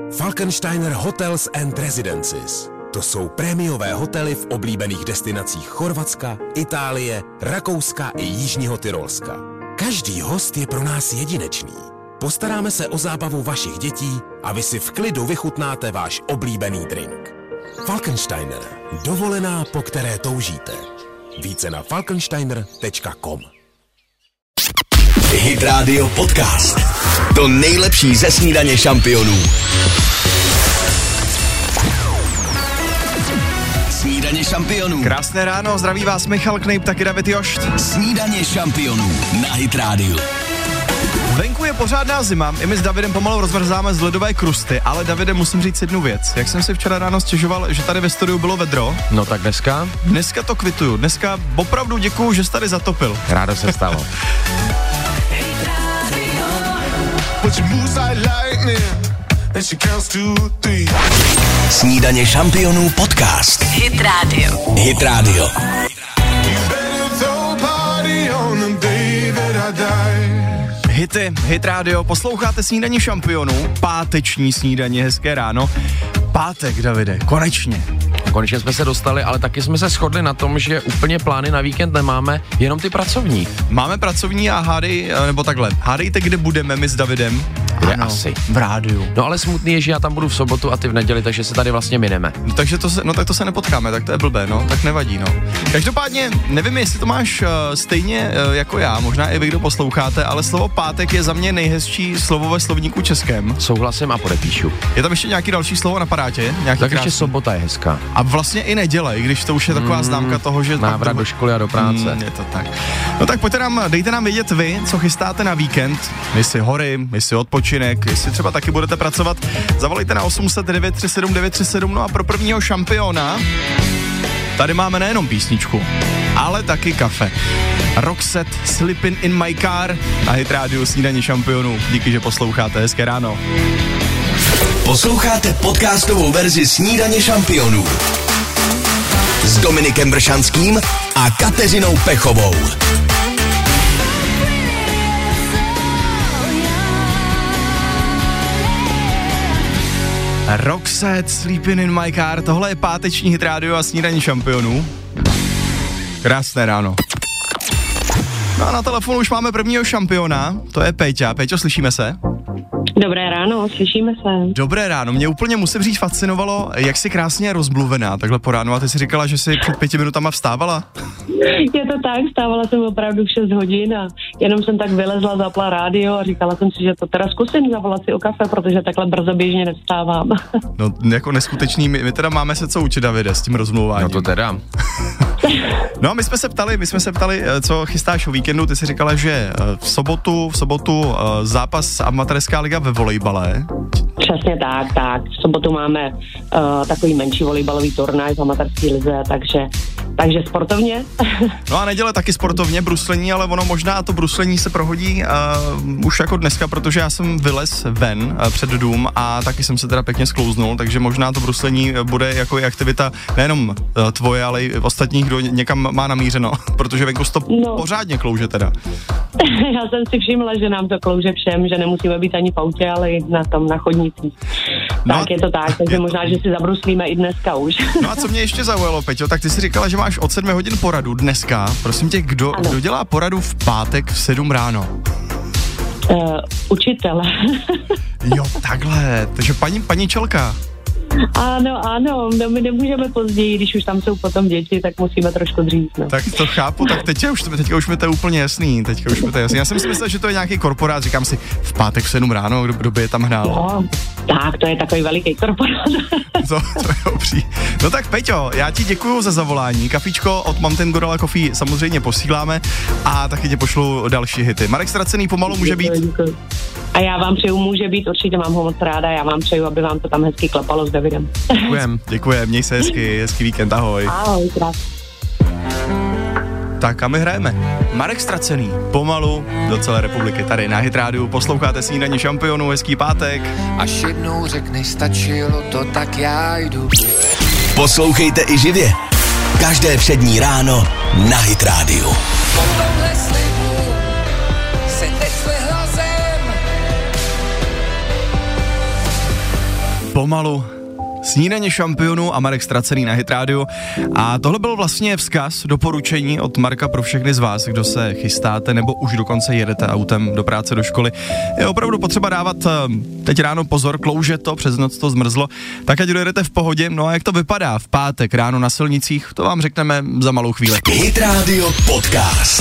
Falkensteiner Hotels and Residences. To jsou prémiové hotely v oblíbených destinacích Chorvatska, Itálie, Rakouska i Jižního Tyrolska. Každý host je pro nás jedinečný. Postaráme se o zábavu vašich dětí a vy si v klidu vychutnáte váš oblíbený drink. Falkensteiner. Dovolená, po které toužíte. Více na falkensteiner.com. Hit Radio Podcast. To nejlepší ze snídaně šampionů. Snídaně šampionů. Krásné ráno, zdraví vás Michal Knejp, taky David Jošt. Snídaně šampionů na Hit Radio. Venku je pořádná zima, i my s Davidem pomalu rozvrzáme z ledové krusty, ale Davide, musím říct jednu věc. Jak jsem si včera ráno stěžoval, že tady ve studiu bylo vedro. No tak dneska? Dneska to kvituju, dneska opravdu děkuju, že jsi tady zatopil. Rádo se stalo. Snídaně šampionů podcast. Hit Radio. Hit Radio. Hity, Hit Radio, posloucháte Snídaně šampionů, páteční snídaně, hezké ráno. Pátek, Davide, konečně. Konečně jsme se dostali, ale taky jsme se shodli na tom, že úplně plány na víkend nemáme, jenom ty pracovní. Máme pracovní a hádej, nebo takhle, hádejte, kde budeme my s Davidem. Kde asi? V rádiu. No ale smutný je, že já tam budu v sobotu a ty v neděli, takže se tady vlastně mineme. No, takže tak to se nepotkáme, tak to je blbé, no, tak nevadí, no. Každopádně, nevím, jestli to máš stejně jako já, možná i vy, kdo posloucháte, ale slovo pátek je za mě nejhezčí slovo ve slovníku českém. Souhlasím a podepíšu. Je tam ještě nějaký další slovo na parátě? Tak ještě sobota je hezká. A vlastně i neděle, i když to už je taková známka toho, že... Návrat do školy a do práce. Je to tak. No tak dejte nám vědět vy, co chystáte na víkend, jestli hory, jestli odpočinek, jestli třeba taky budete pracovat. Zavolejte na 800 937 937, no a pro prvního šampiona tady máme nejenom písničku, ale taky kafe. Roxette, Sleeping in my car na Hit Radio Snídaně šampionů. Díky, že posloucháte, hezké ráno. Posloucháte podcastovou verzi Snídaně šampionů s Dominikem Bršanským a Kateřinou Pechovou. Roxette, Sleeping in my car, tohle je páteční Hit Radio a Snídaní šampionů. Krásné ráno. No a na telefonu už máme prvního šampiona, to je Péťa. Péťo, slyšíme se? Dobré ráno, slyšíme se. Dobré ráno, mě úplně musím říct fascinovalo, jak jsi krásně rozmluvená takhle po ránu a ty jsi říkala, že jsi před 5 minutama vstávala? Je to tak, vstávala jsem opravdu v 6 hodin a jenom jsem tak vylezla, zapla rádio a říkala jsem si, že to teda zkusím zavolat si o kafe, protože takhle brzo běžně nevstávám. No jako neskutečný, my teda máme se co učit, Davide, s tím rozmluváním. No to teda. No a my jsme se ptali, co chystáš o víkendu, ty jsi říkala, že v sobotu zápas amatérská liga ve volejbale. Přesně tak. V sobotu máme takový menší volejbalový turnaj v amatérské lize, takže sportovně. No a neděle taky sportovně, bruslení, ale ono možná to bruslení se prohodí už jako dneska, protože já jsem vylez ven před dům a taky jsem se teda pěkně sklouznul, takže možná to bruslení bude jako aktivita nejenom tvoje, ale i ostatních, kdo někam má namířeno, protože venku to pořádně klouže teda. Já jsem si všimla, že nám to klouže všem, že nemusíme být ani v autě, ale i na chodnicích. No, tak je to tak, takže možná, že si zabruslíme i dneska už. No a co mě ještě zaujalo, Peťo, tak ty si říkala, že máš od 7 hodin poradu dneska. Prosím tě, kdo dělá poradu v pátek v 7 ráno? Učitele. Jo, takhle, takže paní Čelka. Ano, no my nemůžeme později, když už tam jsou potom děti, tak musíme trošku dřív, no. Tak to chápu, tak teďka už mi to je úplně jasný, Já jsem si myslel, že to je nějaký korporát, říkám si, v pátek v 7 ráno, kdo by je tam hnal. No, tak to je takový veliký korporát. To je dobrý. No tak Peťo, já ti děkuju za zavolání, kafičko od Mountain Gorilla Coffee samozřejmě posíláme a taky tě pošlu další hity. Marek Ztracený pomalu může být. Děkuji. A já vám přeju, může být, určitě mám ho moc ráda, já vám přeju, aby vám to tam hezky klapalo s Davidem. Děkujem, měj se hezký víkend, ahoj. Ahoj, krásný. Tak a my hrajeme. Marek Ztracený, pomalu do celé republiky, tady na Hit Radio, posloucháte Snídaně šampionů, hezký pátek. Až jednou řekneš, stačilo to, tak já jdu. Poslouchejte i živě. Každé přední ráno na Hit Radio. Po tomhle slibu se nešlehla zem. pomalu. Snídaně šampionů a Marek Ztracený na Hit Radio. A tohle byl vlastně vzkaz, doporučení od Marka pro všechny z vás, kdo se chystáte nebo už dokonce jedete autem do práce, do školy. Je opravdu potřeba dávat teď ráno pozor, klouže to, přes noc to zmrzlo, tak ať dojedete v pohodě. No a jak to vypadá v pátek ráno na silnicích, to vám řekneme za malou chvíli. Hit Radio Podcast.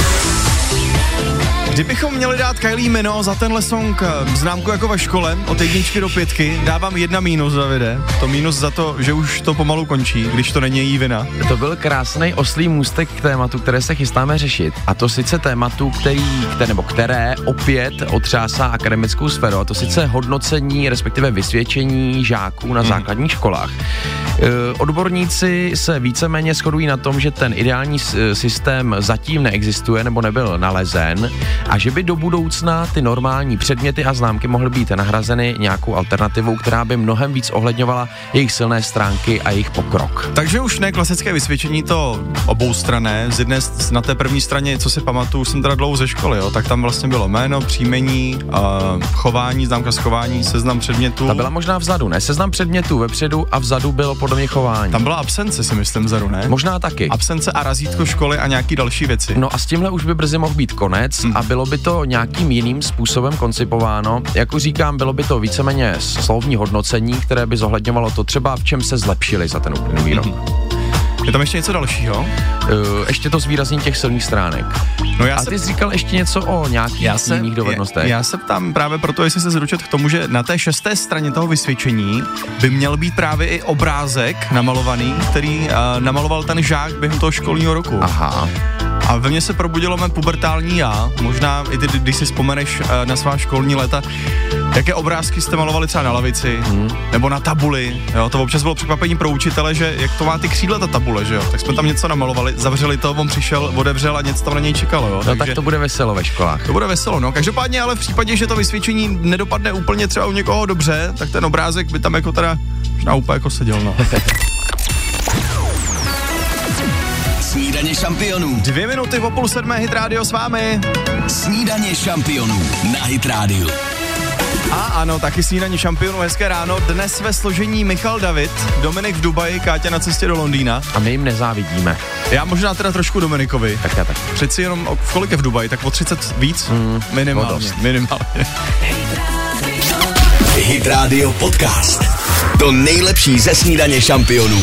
Kdybychom měli dát Kylie Minogue za tenhle song známku jako ve škole od 1 do 5, dávám 1 mínus, Davide. To mínus za to, že už to pomalu končí, když to není její vina. To byl krásný oslý můstek k tématu, které se chystáme řešit. A to sice tématu, které opět otřásá akademickou sféru. A to sice hodnocení, respektive vysvědčení žáků na základních školách. Odborníci se víceméně shodují na tom, že ten ideální systém zatím neexistuje nebo nebyl nalezen a že by do budoucna ty normální předměty a známky mohly být nahrazeny nějakou alternativou, která by mnohem víc ohledňovala jejich silné stránky a jejich pokrok. Takže už ne klasické vysvědčení, to oboustranné. Dnes na té první straně, co si pamatuju, jsem teda dlouho ze školy, jo, tak tam vlastně bylo jméno, příjmení, chování, známka z chování, seznam předmětů. Ta byla možná vzadu, ne? Seznam předmětů vepředu a vzadu bylo podle mě chování. Tam byla absence, si myslím, vzadu, ne? Možná taky. Absence a razítko školy a nějaký další věci. No a s tímhle už by brzy mohl být konec a bylo by to nějakým jiným způsobem koncipováno. Jak už říkám, bylo by to víceméně slovní hodnocení, které by zohledňovalo to třeba, v čem se zlepšili za ten uplynulý rok. Je tam ještě něco dalšího? Ještě to zvýraznění těch silných stránek. No a ty jsi říkal ještě něco o nějakých jiných dovednostech. Já se ptám právě proto, jestli se zručit k tomu, že na té 6. straně toho vysvědčení by měl být právě i obrázek namalovaný, který namaloval ten žák během toho školního roku. Aha. A ve mně se probudilo mé pubertální já, možná i ty, když si vzpomeneš na svá školní léta, jaké obrázky jste malovali třeba na lavici, nebo na tabuli, jo, to občas bylo překvapení pro učitele, že jak to má ty křídla ta tabule, že jo, tak jsme tam něco namalovali, zavřeli to, on přišel, otevřel a něco tam na něj čekalo, jo. No takže tak to bude veselo ve školách. To bude veselo, no, každopádně, ale v případě, že to vysvědčení nedopadne úplně třeba u někoho dobře, tak ten obrázek by tam jako teda možná úplně jako seděl, no. Snídaně šampionů. 2 minuty po 6:30 Hit Radio s vámi. Snídaně šampionů na Hit Radio. A ano, taky snídaně šampionů, hezké ráno. Dnes ve složení Michal David, Dominik v Dubaji, Káťa na cestě do Londýna. A my jim nezávidíme. Já možná teda trošku Dominikovi. Tak já tak. Přeci jenom, v kolik je v Dubaji, tak o 30 víc? Minimálně. Hit Radio Podcast. To nejlepší ze snídaně šampionů.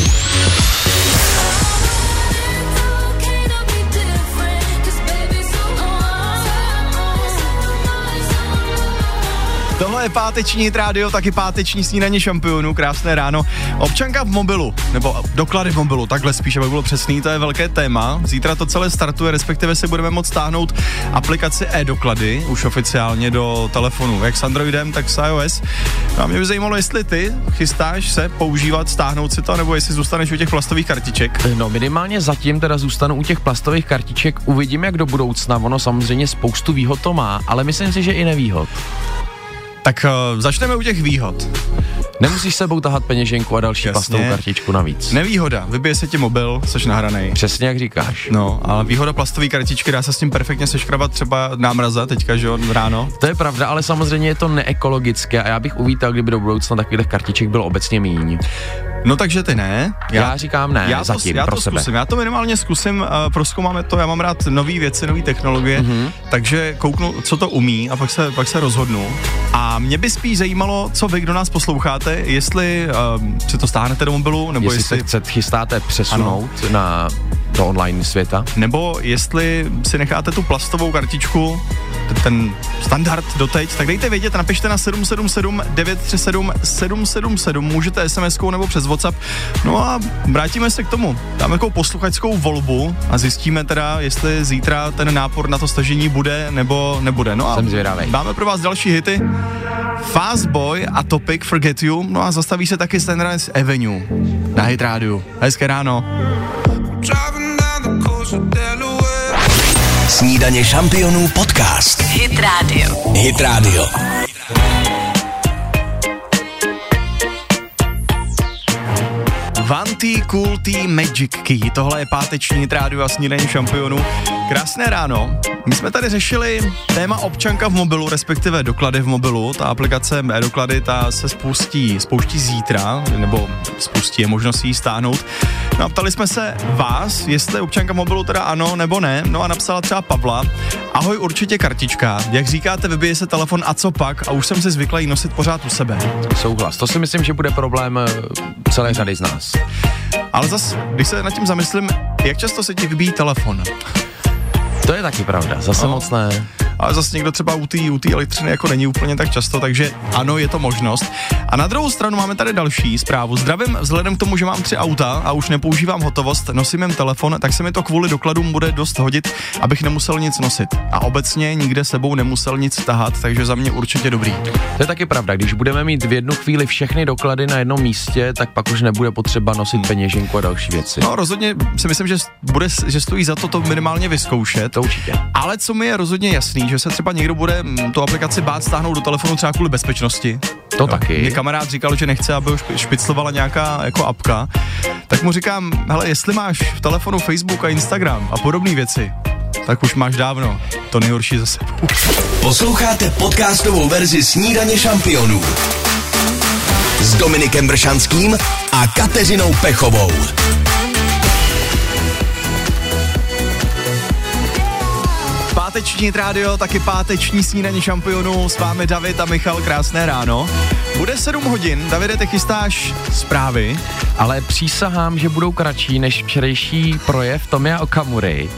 Tohle je páteční Hit Radio, taky páteční snídaně šampionů, krásné ráno. Občanka v mobilu, nebo doklady v mobilu, takhle spíš, aby bylo přesný, to je velké téma. Zítra to celé startuje, respektive si budeme moct stáhnout aplikaci e-doklady, už oficiálně do telefonu, jak s Androidem, tak s iOS. No a mě by zajímalo, jestli ty chystáš se používat, stáhnout si to, nebo jestli zůstaneš u těch plastových kartiček. No minimálně zatím teda zůstanu u těch plastových kartiček, uvidím jak do budoucna, ono samozřejmě spoustu výhod to má, ale myslím si, že i nevýhod. Tak začneme u těch výhod. Nemusíš sebou tahat peněženku a další plastovou kartičku navíc. Nevýhoda, vybije se ti mobil, seš nahranej. Přesně jak říkáš. No, ale výhoda plastové kartičky, dá se s tím perfektně seškrabat třeba námraza teďka, že jo, ráno. To je pravda, ale samozřejmě je to neekologické a já bych uvítal, kdyby do budoucna takových kartiček bylo obecně míň. No takže ty ne. Já říkám ne, zatím já pro to sebe. Zkusím, já to minimálně zkusím, prozkoumáme to, já mám rád nové věci, nové technologie, takže kouknu, co to umí a pak se rozhodnu. A mě by spíš zajímalo, co vy, kdo nás posloucháte, jestli si to stáhnete do mobilu, nebo jestli se chystáte přesunout do online světa. Nebo jestli si necháte tu plastovou kartičku, ten standard doteď, tak dejte vědět, napište na 777 937 777, můžete SMS-kou nebo přes WhatsApp. No a vrátíme se k tomu. Dáme takovou posluchačskou volbu a zjistíme teda, jestli zítra ten nápor na to stažení bude nebo nebude. No a jsem zvědavej. Dáme pro vás další hity. Fastboy a Topic Forget You, no a zastaví se taky Sunrise Avenue na Hit Radio. Hezké ráno. Snídaně šampionů podcast. Hit Radio. Hit Radio. Vanty Cool Tea Magic Key. Tohle je páteční Hit Radio a snídaní šampionů. Krásné ráno. My jsme tady řešili téma občanka v mobilu, respektive doklady v mobilu. Ta aplikace e-doklady, ta se spouští zítra, nebo spustí, je možnost ji stáhnout. No a ptali jsme se vás, jestli občanka v mobilu teda ano nebo ne. No a napsala třeba Pavla: ahoj, určitě kartička. Jak říkáte, vybije se telefon a co pak? A už jsem si zvykla ji nosit pořád u sebe. Souhlas, to si myslím, že bude problém celé řady z nás. Ale zas, když se nad tím zamyslím, jak často se ti vybíjí telefon? To je taky pravda, zase moc ne. Ale zase někdo třeba u té elektřiny jako není úplně tak často, takže ano, je to možnost. A na druhou stranu máme tady další zprávu. Zdravím, vzhledem k tomu, že mám 3 auta a už nepoužívám hotovost, nosím jen telefon, tak se mi to kvůli dokladům bude dost hodit, abych nemusel nic nosit. A obecně nikde sebou nemusel nic tahat, takže za mě určitě dobrý. To je taky pravda, když budeme mít v jednu chvíli všechny doklady na jednom místě, tak pak už nebude potřeba nosit peněženku a další věci. No rozhodně si myslím, že stojí za to minimálně vyzkoušet. To určitě. Ale co mi je rozhodně jasný, že se třeba někdo bude tu aplikaci bát stáhnout do telefonu třeba kvůli bezpečnosti. To taky. Mě kamarád říkal, že nechce, aby ho špiclovala nějaká jako apka. Tak mu říkám, hele, jestli máš v telefonu Facebook a Instagram a podobné věci, tak už máš dávno to nejhorší za sebou. Posloucháte podcastovou verzi Snídaně šampionů s Dominikem Bršanským a Kateřinou Pechovou. Páteční rádio, taky páteční Snídaně šampionů, s vámi David a Michal, krásné ráno. Bude 7 hodin, Davide, ty chystáš zprávy. Ale přísahám, že budou kratší než včerejší projev Tomia Okamury.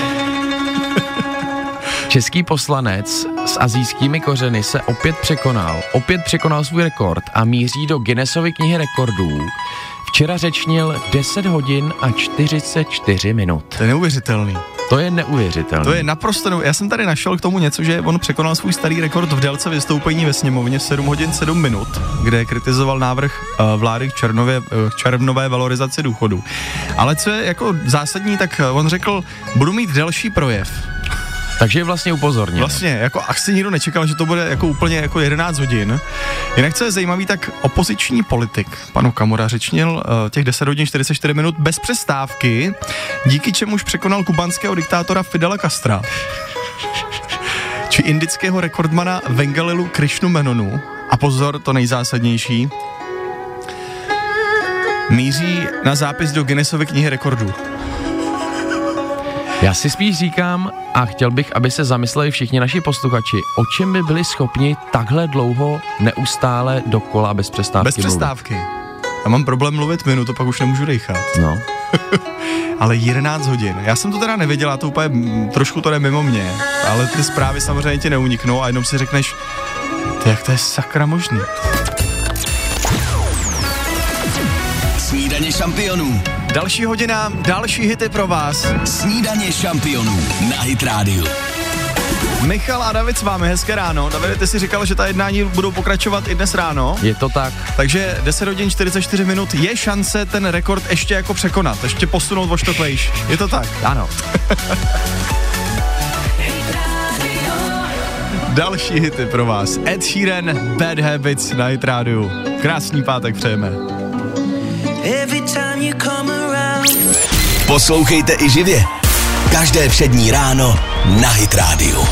Český poslanec s asijskými kořeny se opět překonal svůj rekord a míří do Guinnessovy knihy rekordů. Včera řečnil 10 hodin a 44 minut. To je neuvěřitelný. To je neuvěřitelné. To je naprosto Já jsem tady našel k tomu něco, že on překonal svůj starý rekord v délce vystoupení ve sněmovně 7 hodin 7 minut, kde kritizoval návrh vlády k červnové valorizaci důchodu. Ale co je jako zásadní, tak on řekl, budu mít delší projev. Takže je vlastně upozorněn. Vlastně, jako asi nikdo nečekal, že to bude jako úplně jako 11 hodin. Jinak co je zajímavý, tak opoziční politik, pan Okamura, řečnil těch 10 hodin 44 minut bez přestávky, díky čemuž překonal kubánského diktátora Fidela Castra či indického rekordmana Vengalilu Krishnu Menonu. A pozor, to nejzásadnější, míří na zápis do Guinnessovy knihy rekordů. Já si spíš říkám a chtěl bych, aby se zamysleli všichni naši posluchači, o čem by byli schopni takhle dlouho neustále dokola bez přestávky Bez přestávky. Já mám problém mluvit minutu, pak už nemůžu dejchat. No. Ale 11 hodin. Já jsem to teda nevěděla, to úplně trošku to jde mimo mě, ale ty zprávy samozřejmě ti neuniknou a jenom si řekneš, jak to je sakra možný. Snídaně šampionů. Další hodina, další hity pro vás. Snídaně šampionů na Hit Radio. Michal a David s vámi, hezké ráno. Davide, ty si říkal, že ta jednání budou pokračovat i dnes ráno. Je to tak. Takže 10 hodin 44 minut je šance ten rekord ještě jako překonat, ještě posunout o štok vejš. Je to tak? Ano. Další hity pro vás. Ed Sheeran, Bad Habits na Hit Radio. Krásný pátek přejeme. Poslouchejte i živě. Každé přední ráno na Hit Radio.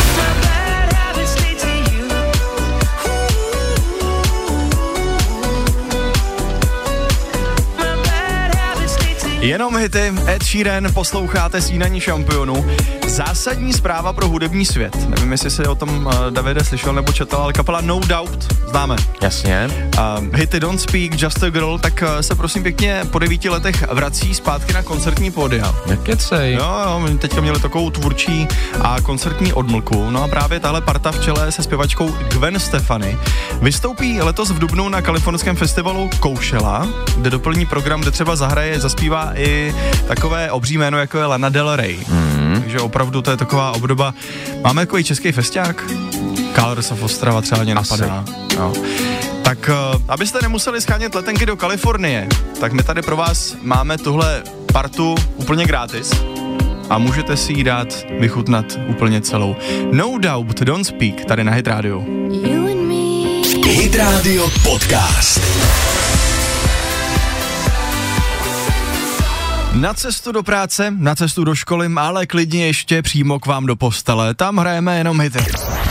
Jenom hity, Ed Sheeran, posloucháte Snídaní šampionů. Zásadní zpráva pro hudební svět. Nevím, jestli jsi o tom, Davide, slyšel nebo četl, ale kapela No Doubt, známe. Jasně. Hity Don't Speak, Just a Girl, tak se prosím pěkně po 9 letech vrací zpátky na koncertní pódia. Jak kecej. Jo, teďka měli takovou tvůrčí a koncertní odmlku. No a právě tahle parta v čele se zpěvačkou Gwen Stefani vystoupí letos v dubnu na kalifornském festivalu Coachella, kde doplní program, kde třeba zaspívá i takové obří jméno, jako je Lana Del Rey. Takže opravdu to je taková obdoba. Máme takový český festiák? Colors of Ostrava třeba mě napadá. No. Tak abyste nemuseli schánět letenky do Kalifornie, tak my tady pro vás máme tuhle partu úplně gratis a můžete si ji dát vychutnat úplně celou. No Doubt, Don't Speak, tady na Hit Radio. Hit Radio Podcast. Na cestu do práce, na cestu do školy, ale klidně ještě přímo k vám do postele. Tam hrajeme jenom hity.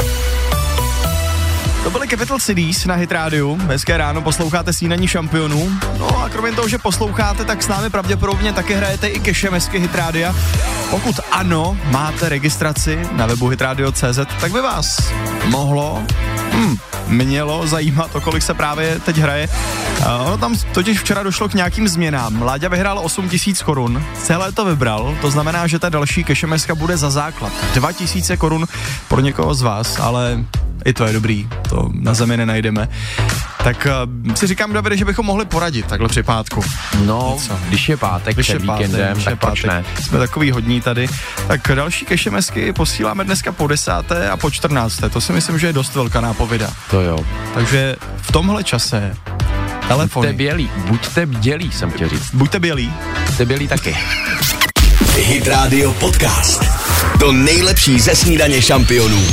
To byly Capital Cities na Hit Rádiu. Hezké ráno, posloucháte Snídaní šampionů. No a kromě toho, že posloucháte, tak s námi pravděpodobně taky hrajete i kešemesky Hit Rádia. Pokud ano, máte registraci na webu hitradio.cz, tak by vás mělo zajímat, o kolik se právě teď hraje. Ono tam totiž včera došlo k nějakým změnám. Láďa vyhrál 8 000 korun, celé to vybral, to znamená, že ta další kešemeska bude za základ. 2 000 korun pro někoho z vás, ale i to je dobrý, to na zemi nenajdeme. Tak si říkám, Davide, že bychom mohli poradit takhle při pátku. No, když je pátek před víkendem, tak proč ne? Jsme takový hodní tady. Tak další kešemesky posíláme dneska po 10. a po 14. To si myslím, že je dost velká nápověda. To jo. Takže v tomhle čase telefony. Buďte bdělí, jsem chtěl říct. Buďte bělí. Buďte bělí taky. Hit Radio Podcast. To nejlepší ze Snídaně šampionů.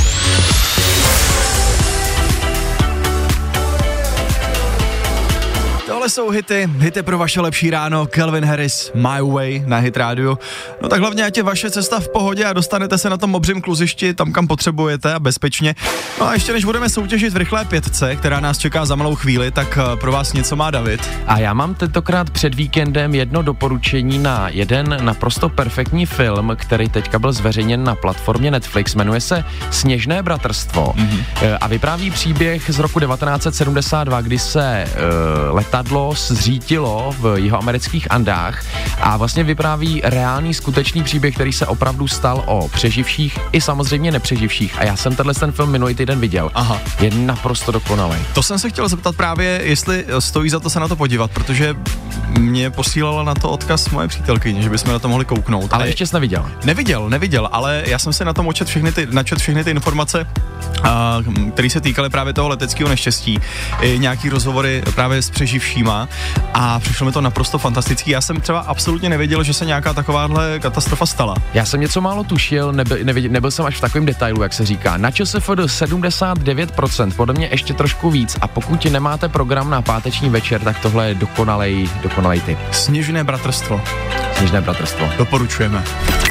Tohle jsou hity pro vaše lepší ráno, Calvin Harris, My Way na Hit Radio. No tak hlavně ať je vaše cesta v pohodě a dostanete se na tom obřím kluzišti tam, kam potřebujete a bezpečně. No a ještě než budeme soutěžit v rychlé 5, která nás čeká za malou chvíli, tak pro vás něco má David. A já mám tentokrát před víkendem jedno doporučení na jeden naprosto perfektní film, který teďka byl zveřejněn na platformě Netflix, jmenuje se Sněžné bratrstvo a vypráví příběh z roku 1972, kdy se letadlo zřítilo v jihoamerických Andách a vlastně vypráví reálný skutečný příběh, který se opravdu stal o přeživších i samozřejmě nepřeživších. A já jsem ten film minulý týden viděl. Aha. Je naprosto dokonalý. To jsem se chtěl zeptat právě, jestli stojí za to se na to podívat, protože mě posílala na to odkaz moje přítelkyně, že bychom na to mohli kouknout. Ale ještě jsi neviděl. Neviděl, ale já jsem si na tom načet všechny ty informace, které se týkaly právě toho leteckého neštěstí, i nějaký rozhovory právě s přeživšíma a přišlo mi to naprosto fantastický. Já jsem třeba absolutně nevěděl, že se nějaká takováhle katastrofa stala. Já jsem něco málo tušil, nebyl jsem až v takovém detailu, jak se říká. Na ČSFD 79%, podle mě ještě trošku víc a pokud nemáte program na páteční večer, tak tohle je dokonalej tip. Sněžné bratrstvo. Doporučujeme.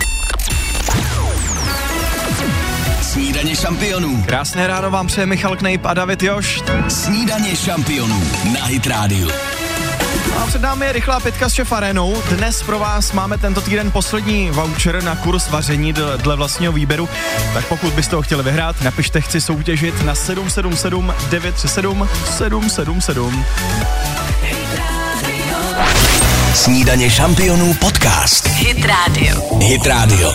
Snídaně šampionů. Krásné ráno vám přeje Michal Knejp a David Jošt. Snídaně šampionů na Hit Radio. A před námi je rychlá 5 s Chef Arenou. Dnes pro vás máme tento týden poslední voucher na kurz vaření dle vlastního výběru. Tak pokud byste ho chtěli vyhrát, napište chci soutěžit na 777 937 777. Snídaně šampionů podcast. Hit Radio. Hit Radio.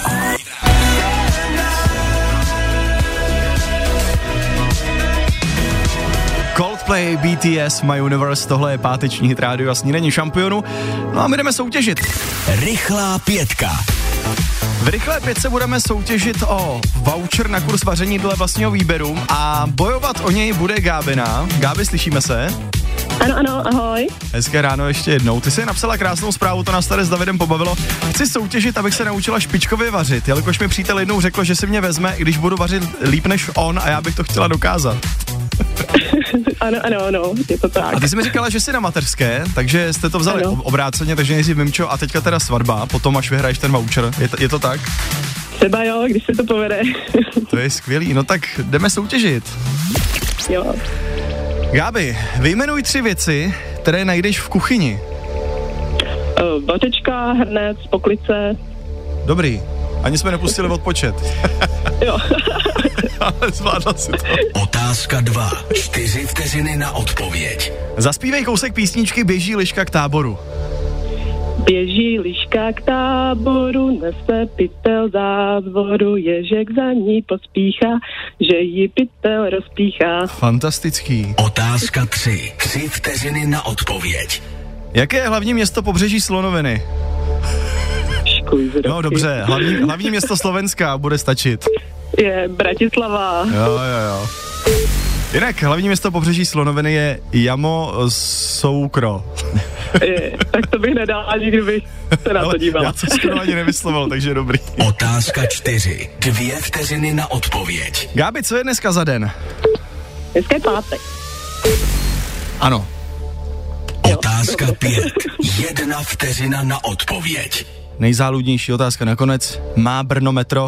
Coldplay, BTS, My Universe, tohle je páteční Hit Radio a Snídaní šampionů. No a my jdeme soutěžit. Rychlá 5. V rychlé 5 budeme soutěžit o voucher na kurz vaření dle vlastního výběru a bojovat o něj bude Gábina. Gábi, slyšíme se? Ano, ahoj. Hezké ráno ještě jednou. Ty jsi napsala krásnou zprávu, to nás tady s Davidem pobavilo. Chci soutěžit, abych se naučila špičkově vařit, jelikož mi přítel jednou řekl, že si mě vezme, když budu vařit líp než on a já bych to chtěla dokázat. Ano, je to tak. A ty jsi mi říkala, že jsi na mateřské, takže jste to vzali obráceně, takže nejdřív Mimčo a teďka teda svatba, potom až vyhraješ ten voucher. Je to tak? Třeba jo, když se to povede. To je skvělý, no tak jdeme soutěžit. Jo. Gábi, vyjmenuj 3 věci, které najdeš v kuchyni. Vařečka, hrnec, poklice. Dobrý, ani jsme nepustili odpočet. Jo. Ale zvládla si to. Otázka 2. 4 vteřiny na odpověď. Zaspívej kousek písničky Běží liška k táboru. Běží liška k táboru, nese pytel zázvoru, ježek za ní pospíchá, že jí pytel rozpíchá. Fantastický. Otázka 3. 3 vteřiny na odpověď. Jaké je hlavní město pobřeží Slonoviny? No dobře, hlavní město Slovenska bude stačit. Je Bratislava. Jo. Jinak hlavní město pobřeží Slonoviny je Jamosoukro. Tak to bych nedal, ani kdyby se na to dívala. Já to skoro ani nevyslovil, takže je dobrý. Otázka 4. 2 vteřiny na odpověď. Gábi, co je dneska za den? Dneska je pátek. Ano. Otázka Otázka 5. 1 vteřina na odpověď. Nejzáludnější otázka nakonec. Má Brno metro?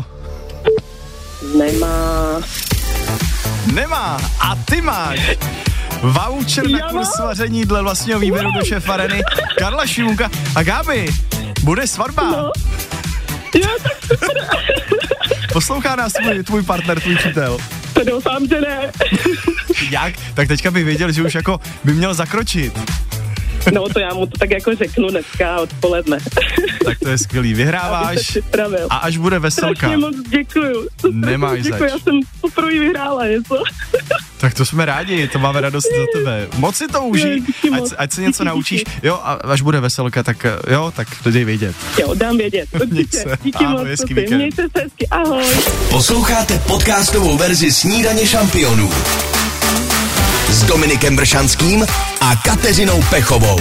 Nemá. A ty máš voucher na kurz vaření dle vlastního výběru do šéf Areny Karla Šimůnka. A Gábi, bude svatba. No. Jo, tak super. Poslouchá nás tvůj partner, tvůj přítel. To doufám, že ne. Jak? Tak teďka bych věděl, že už jako by měl zakročit. No to já mu to tak jako řeknu dneska odpoledne. Tak to je skvělý, vyhráváš a až bude veselka. Strašně moc děkuju. Nemáš zač. Já jsem poprvé vyhrála něco. Tak to jsme rádi, to máme radost za tebe. Moc si to užij, ať se něco naučíš. Jo, a až bude veselka, tak jo, tak to dej vědět. Jo, dám vědět. Díky ahoj, moc, víkend. mějte se hezky, ahoj. Posloucháte podcastovou verzi Snídaně šampionů s Dominikem Bršanským a Kateřinou Pechovou.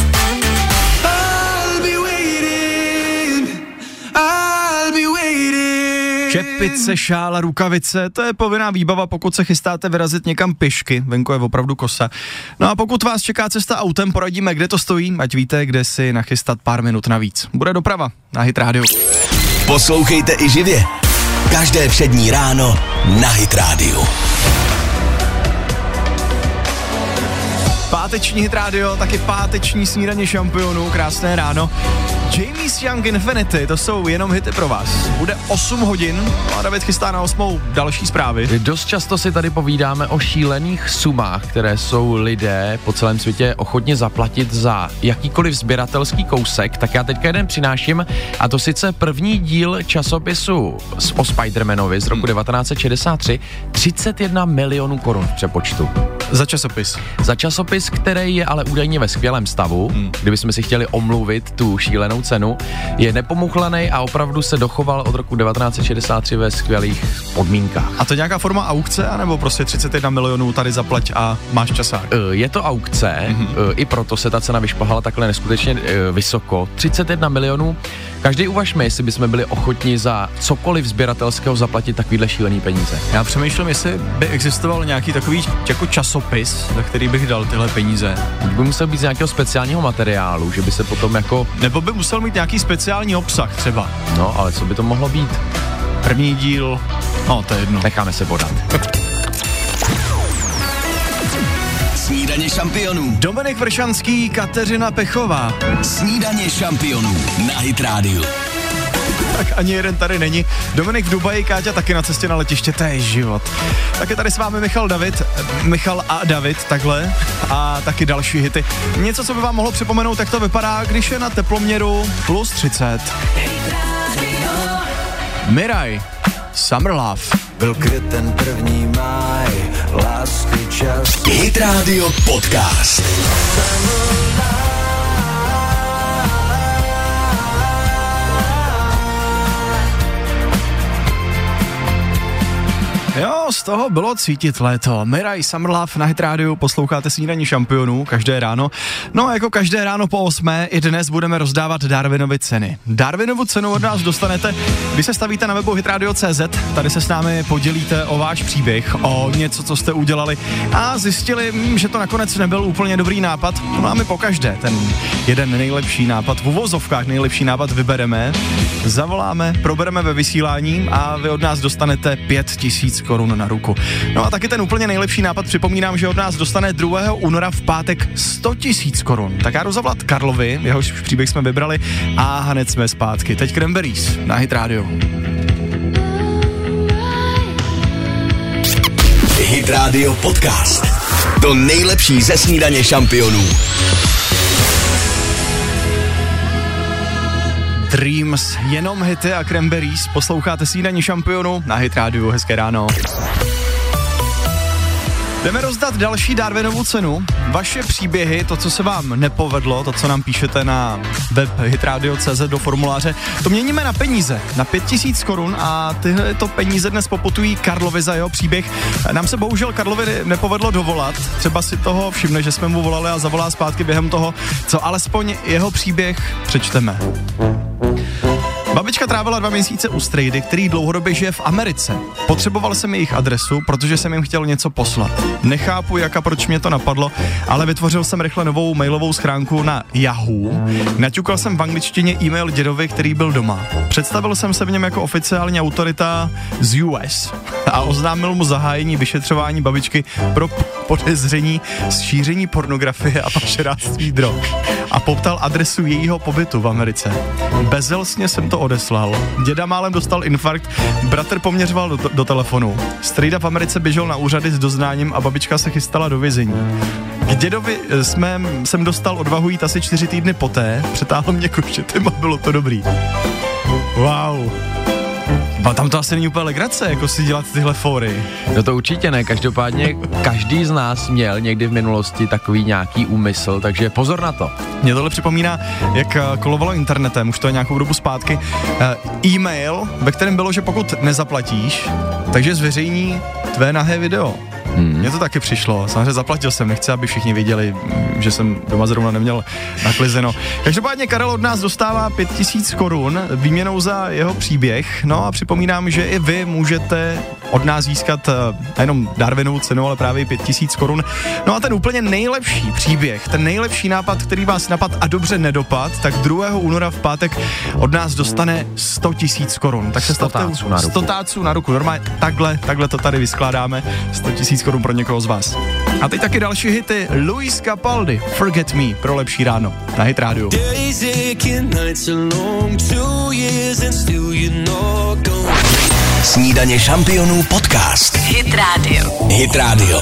Čepice, šála, rukavice, to je povinná výbava, pokud se chystáte vyrazit někam pěšky, venku je opravdu kosa. No a pokud vás čeká cesta autem, poradíme, kde to stojí, ať víte, kde si nachystat pár minut navíc. Bude doprava na Hit Radio. Poslouchejte i živě. Každé přední ráno na Hit Radio. Páteční Hit Radio, taky páteční Snídaně šampionů, krásné ráno. James Young Infinity, to jsou jenom hity pro vás. Bude 8 hodin a David chystá na 8 další zprávy. Dost často si tady povídáme o šílených sumách, které jsou lidé po celém světě ochotně zaplatit za jakýkoliv sběratelský kousek, tak já teďka jeden přináším, a to sice první díl časopisu o Spider-Manovi z roku 1963, 31 milionů korun v přepočtu. Za časopis. Za časopis, který je ale údajně ve skvělém stavu, kdybychom si chtěli omluvit tu šílenou cenu, je nepomuchlanej a opravdu se dochoval od roku 1963 ve skvělých podmínkách. A to je nějaká forma aukce, anebo prostě 31 milionů tady zaplať a máš časák? Je to aukce, i proto se ta cena vyšplhala takhle neskutečně vysoko. 31 milionů. Každý uvažme, jestli bychom byli ochotni za cokoliv sběratelského zaplatit takovýhle šílený peníze. Já přemýšlím, jestli by existoval nějaký takový jako časopis, za který bych dal tyhle peníze. By musel být z nějakého speciálního materiálu, že by se potom jako... Nebo by musel mít nějaký speciální obsah třeba. No, ale co by to mohlo být? První díl, no to je jedno. Necháme se podat. Snídaně šampionů. Dominik Vršanský, Kateřina Pechová. Snídaně šampionů na Hit Radio. Tak ani jeden tady není. Dominik v Dubaji, Káťa taky na cestě na letiště, to je život. Tak je tady s vámi Michal a David, takhle. A taky další hity. Něco, co by vám mohlo připomenout, jak to vypadá, když je na teploměru plus 30. Miraj, Summer Love. Byl květen 1. máj, lásky čas. Hit Radio Podcast. Jo, z toho bylo cítit léto. Miraj, Summer Love na Hit Radio, posloucháte Snídaní šampionů každé ráno. No a jako každé ráno po 8 i dnes budeme rozdávat Darwinovy ceny. Darwinovu cenu od nás dostanete, když se stavíte na webu hitradio.cz, tady se s námi podělíte o váš příběh, o něco, co jste udělali a zjistili, že to nakonec nebyl úplně dobrý nápad. No a my pokaždé ten jeden nejlepší nápad, v uvozovkách nejlepší nápad vybereme, zavoláme, probereme ve vysílání a vy od nás dostanete 5 000 korun na ruku. No a taky ten úplně nejlepší nápad, připomínám, že od nás dostane 2. února v pátek 100 000 korun. Tak já jdu zavolat Karlovi, jehož příběh jsme vybrali a hned jsme zpátky. Teď Cranberries na Hit Radio. Hit Radio Podcast. To nejlepší ze Snídaně šampionů. Dreams, jenom hity a Cranberries. Posloucháte Snídaní šampionů na Hit Radio. Hezké ráno. Jdeme rozdat další Darwinovu cenu. Vaše příběhy, to, co se vám nepovedlo, to, co nám píšete na web hitradio.cz do formuláře, to měníme na peníze, na 5 000 korun a tyto peníze dnes poputují Karlovi za jeho příběh. Nám se bohužel Karlovi nepovedlo dovolat, třeba si toho všimne, že jsme mu volali a zavolá zpátky během toho, co alespoň jeho příběh přečteme. Babička trávila 2 měsíce u strejdy, který dlouhodobě žije v Americe. Potřeboval jsem jejich adresu, protože jsem jim chtěl něco poslat. Nechápu, jak a proč mě to napadlo, ale vytvořil jsem rychle novou mailovou schránku na Yahoo. Naťukal jsem v angličtině e-mail dědovi, který byl doma. Představil jsem se v něm jako oficiální autorita z US a oznámil mu zahájení vyšetřování babičky pro podezření z šíření pornografie a pašeráctví drog. A poptal adresu jejího pobytu v Americe. Bezelstně jsem to odeslal. Děda málem dostal infarkt, bratr poměřoval do telefonu. Strejda v Americe běžel na úřady s doznáním a babička se chystala do vězení. K dědovi jsem dostal odvahu jít asi 4 týdny poté, přetáhl mě koštětem a bylo to dobrý. Wow. Tam to asi není úplně legrace, jako si dělat tyhle fóry. No to určitě ne, každopádně každý z nás měl někdy v minulosti takový nějaký úmysl, takže pozor na to. Mě tohle připomíná, jak kolovalo internetem, už to je nějakou dobu zpátky, e-mail, ve kterém bylo, že pokud nezaplatíš, takže zveřejní tvé nahé video. Mně to taky přišlo, samozřejmě zaplatil jsem, nechci, aby všichni viděli, že jsem doma zrovna neměl naklizeno. Každopádně Karel od nás dostává 5000 korun výměnou za jeho příběh, no a připomínám, že i vy můžete od nás získat nejenom Darwinovou cenu, ale právě 5000 korun. No a ten úplně nejlepší příběh, ten nejlepší nápad, který vás napad a dobře nedopad, tak 2. února v pátek od nás dostane 100 000 korun. Tak se stavte 100 táců na ruku. Normálně takhle to tady vyskládáme. 100 000 korun pro někoho z vás. A teď taky další hity. Luis Capaldi, Forget Me, pro lepší ráno na Hit Radio. Snídaně šampionů podcast. Hit Radio. Hit Radio.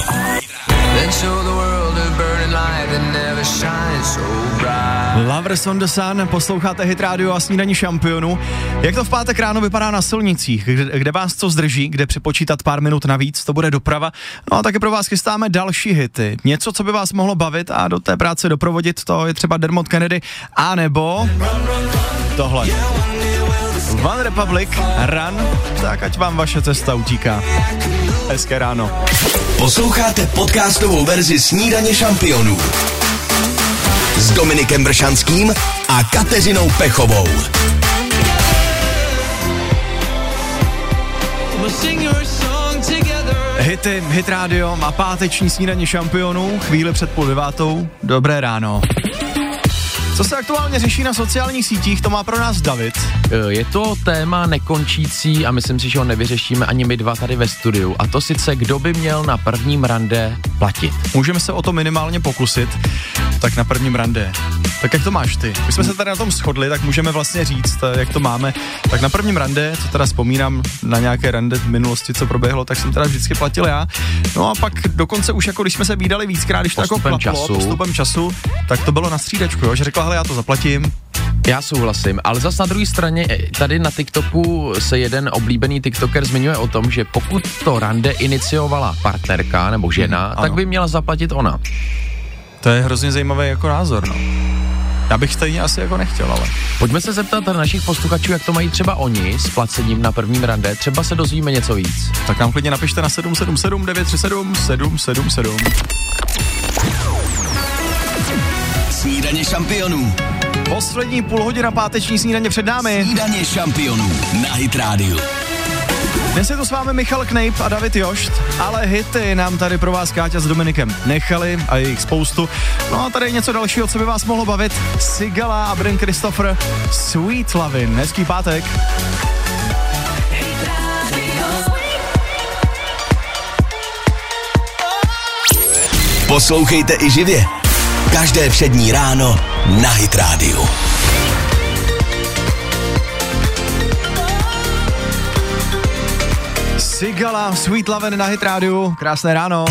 Lovers on the Sun, posloucháte Hit Radio a Snídaní šampionů. Jak to v pátek ráno vypadá na silnicích, kde vás co zdrží, kde připočítat pár minut navíc, to bude doprava. No a taky pro vás chystáme další hity. Něco, co by vás mohlo bavit a do té práce doprovodit, to je třeba Dermot Kennedy, a nebo tohle. One Republic, Run, tak ať vám vaše cesta utíká. Hezké ráno. Posloucháte podcastovou verzi Snídaně šampionů s Dominikem Bršanským a Kateřinou Pechovou. Hity, Hit Radio a páteční Snídaně šampionů, chvíli před 8:30. Dobré ráno. Co se aktuálně řeší na sociálních sítích, to má pro nás David. Je to téma nekončící a myslím si, že ho nevyřešíme ani my dva tady ve studiu. A to sice, kdo by měl na prvním rande platit. Můžeme se o to minimálně pokusit. Tak na prvním rande. Tak jak to máš ty? My jsme se tady na tom shodli, tak můžeme vlastně říct, jak to máme. Tak na prvním rande, co teda vzpomínám na nějaké rande v minulosti, co proběhlo, tak jsem teda vždycky platil já. No a pak dokonce už jako když jsme se vídali víckrát, když to jako klaplo postupem času, tak to bylo na střídačku, jo? Že řekla, hele, já to zaplatím. Já souhlasím, ale zas na druhé straně tady na TikToku se jeden oblíbený TikToker zmiňuje o tom, že pokud to rande iniciovala partnerka nebo žena, tak by měla zaplatit ona. To je hrozně zajímavý jako názor, no. Já bych stejně asi jako nechtěl, ale. Pojďme se zeptat našich posluchačů, jak to mají třeba oni s placením na prvním rande, třeba se dozvíme něco víc. Tak nám klidně napište na 777 937 777. Snídaně šampionů. Poslední půlhodina páteční snídaně před námi. Snídaně šampionů na Hit Radio. Dnes je to s vámi Michal Knejp a David Jošt, ale hity nám tady pro vás Káťa s Dominikem nechali a je jich spoustu. No a tady je něco dalšího, co by vás mohlo bavit. Sigala a Bryn Christopher, Sweet Lovin'. Hezký pátek. Poslouchejte i živě. Každé všední ráno na Hit Radio. Sigala, Sweet Lovin' na Hit Radio. Krásné ráno.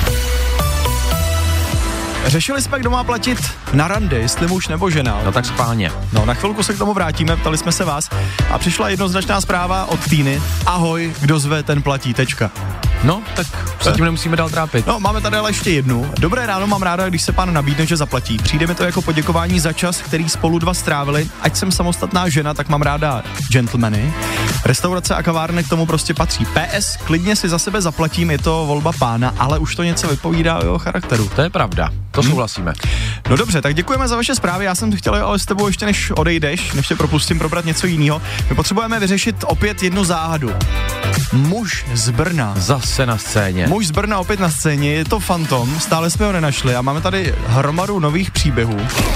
Řešili jsme, kdo má platit na rande, jestli muž nebo žena. No tak spálně. No, na chvilku se k tomu vrátíme, ptali jsme se vás a přišla jednoznačná zpráva od Týny. Ahoj, kdo zve, ten platí, tečka. No, tak se tím nemusíme dál trápit. No, máme tady ale ještě jednu. Dobré ráno, mám ráda, když se pán nabídne, že zaplatí. Přijde mi to jako poděkování za čas, který spolu dva strávili. Ať jsem samostatná žena, tak mám ráda gentlemany. Restaurace a kavárny k tomu prostě patří. PS, klidně si za sebe zaplatím, je to volba pána, ale už to něco vypovídá o jeho charakteru. To je pravda, to souhlasíme. No dobře, tak děkujeme za vaše zprávy. Já jsem chtěl ale s tebou ještě než odejdeš, než tě propustím, probrat něco jiného. My potřebujeme vyřešit opět jednu záhadu. Muž z Brna. Zase na scéně. Muž z Brna opět na scéně, je to fantom, stále jsme ho nenašli a máme tady hromadu nových příběhů.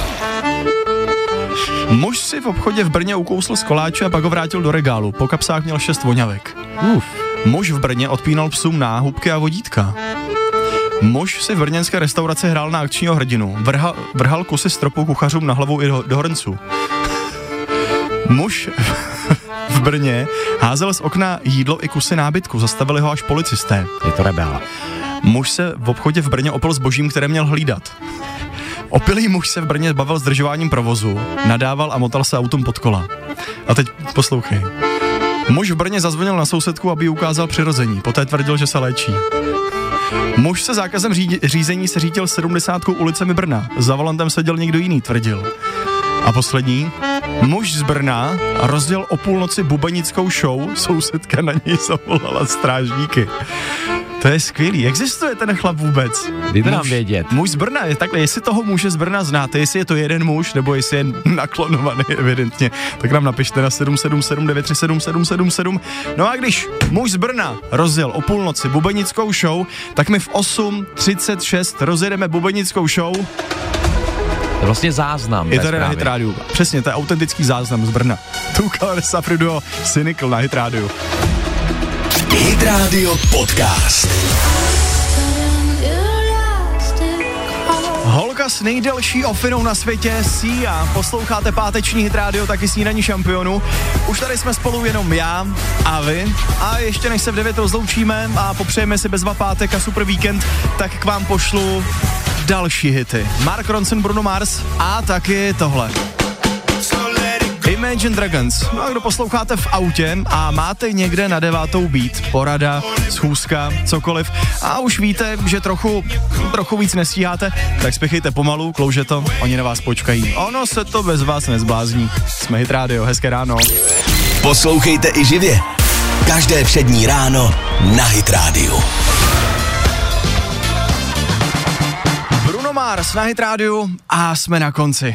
Muž si v obchodě v Brně ukousl z koláče a pak ho vrátil do regálu. Po kapsách měl 6 voňavek. Muž v Brně odpínal psům náhubky a vodítka. Muž si v brněnské restauraci hrál na akčního hrdinu. Vrhal kusy stropu kuchařům na hlavu i do hrnců. Muž v Brně házel z okna jídlo i kusy nábytku. Zastavili ho až policisté. Je to rebel. Muž se v obchodě v Brně opil zbožím, které měl hlídat. Opilý muž se v Brně zbavil zdržováním provozu, nadával a motal se autům pod kola. A teď poslouchej. Muž v Brně zazvonil na sousedku, aby jí ukázal přirození. Poté tvrdil, že se léčí. Muž se zákazem řízení se řídil 70 ulicemi Brna. Za volantem seděl někdo jiný, tvrdil. A poslední. Muž z Brna rozděl o půlnoci bubenickou show, sousedka na něj zavolala strážníky. To je skvělý. Existuje ten chlap vůbec? Dejte nám vědět. Muž z Brna, je takhle, jestli toho muže z Brna znáte, jestli je to jeden muž, nebo jestli je naklonovaný evidentně, tak nám napište na 777937777. No a když muž z Brna rozjel o půlnoci bubenickou show, tak my v 8:36 rozjedeme bubenickou show. To je vlastně záznam. Je tady na Hit Rádiu. Přesně, to je autentický záznam z Brna. Two Colors Safri Duo Cynical na Hit Rádiu. Hit Radio Podcast. Holka s nejdelší ofinou na světě, Sia. Posloucháte páteční Hit Radio, taky snídaní šampionů. Už tady jsme spolu jenom já a vy. A ještě než se v 9 rozloučíme a popřejeme si bezva pátek a super víkend, tak k vám pošlu další hity. Mark Ronson, Bruno Mars a taky tohle. Imagine Dragons. No a kdo posloucháte v autě a máte někde na 9. být, porada, schůzka, cokoliv a už víte, že trochu víc nestíháte, tak spěchejte pomalu, klouže to, oni na vás počkají. Ono se to bez vás nezblázní. Jsme Hit Radio, hezké ráno. Poslouchejte i živě. Každé přední ráno na Hit Radio. Bruno Mars na Hit Radio a jsme na konci.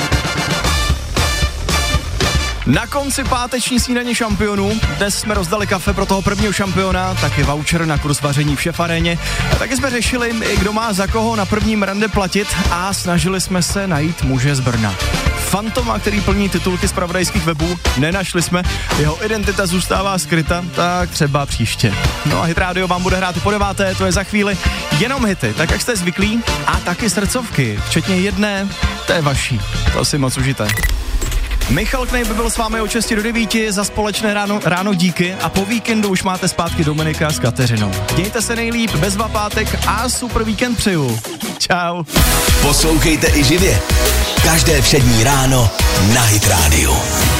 Na konci páteční snídaně šampionů. Dnes jsme rozdali kafe pro toho prvního šampiona, taky voucher na kurz vaření v Šefaréně. A taky jsme řešili, kdo má za koho na prvním rande platit a snažili jsme se najít muže z Brna. Fantoma, který plní titulky z zpravodajských webů, nenašli jsme, jeho identita zůstává skryta, tak třeba příště. No a Hit Radio vám bude hrát i po 9, to je za chvíli jenom hity, tak jak jste zvyklí, a taky srdcovky, včetně jedné, to je vaší, to si moc užijte. Michal Knejp byl s vámi od 6 do 9 za společné ráno díky a po víkendu už máte zpátky Dominika s Kateřinou. Mějte se nejlíp, bezva pátek a super víkend přeju. Čau. Poslouchejte i živě. Každé přední ráno na Hit Radio.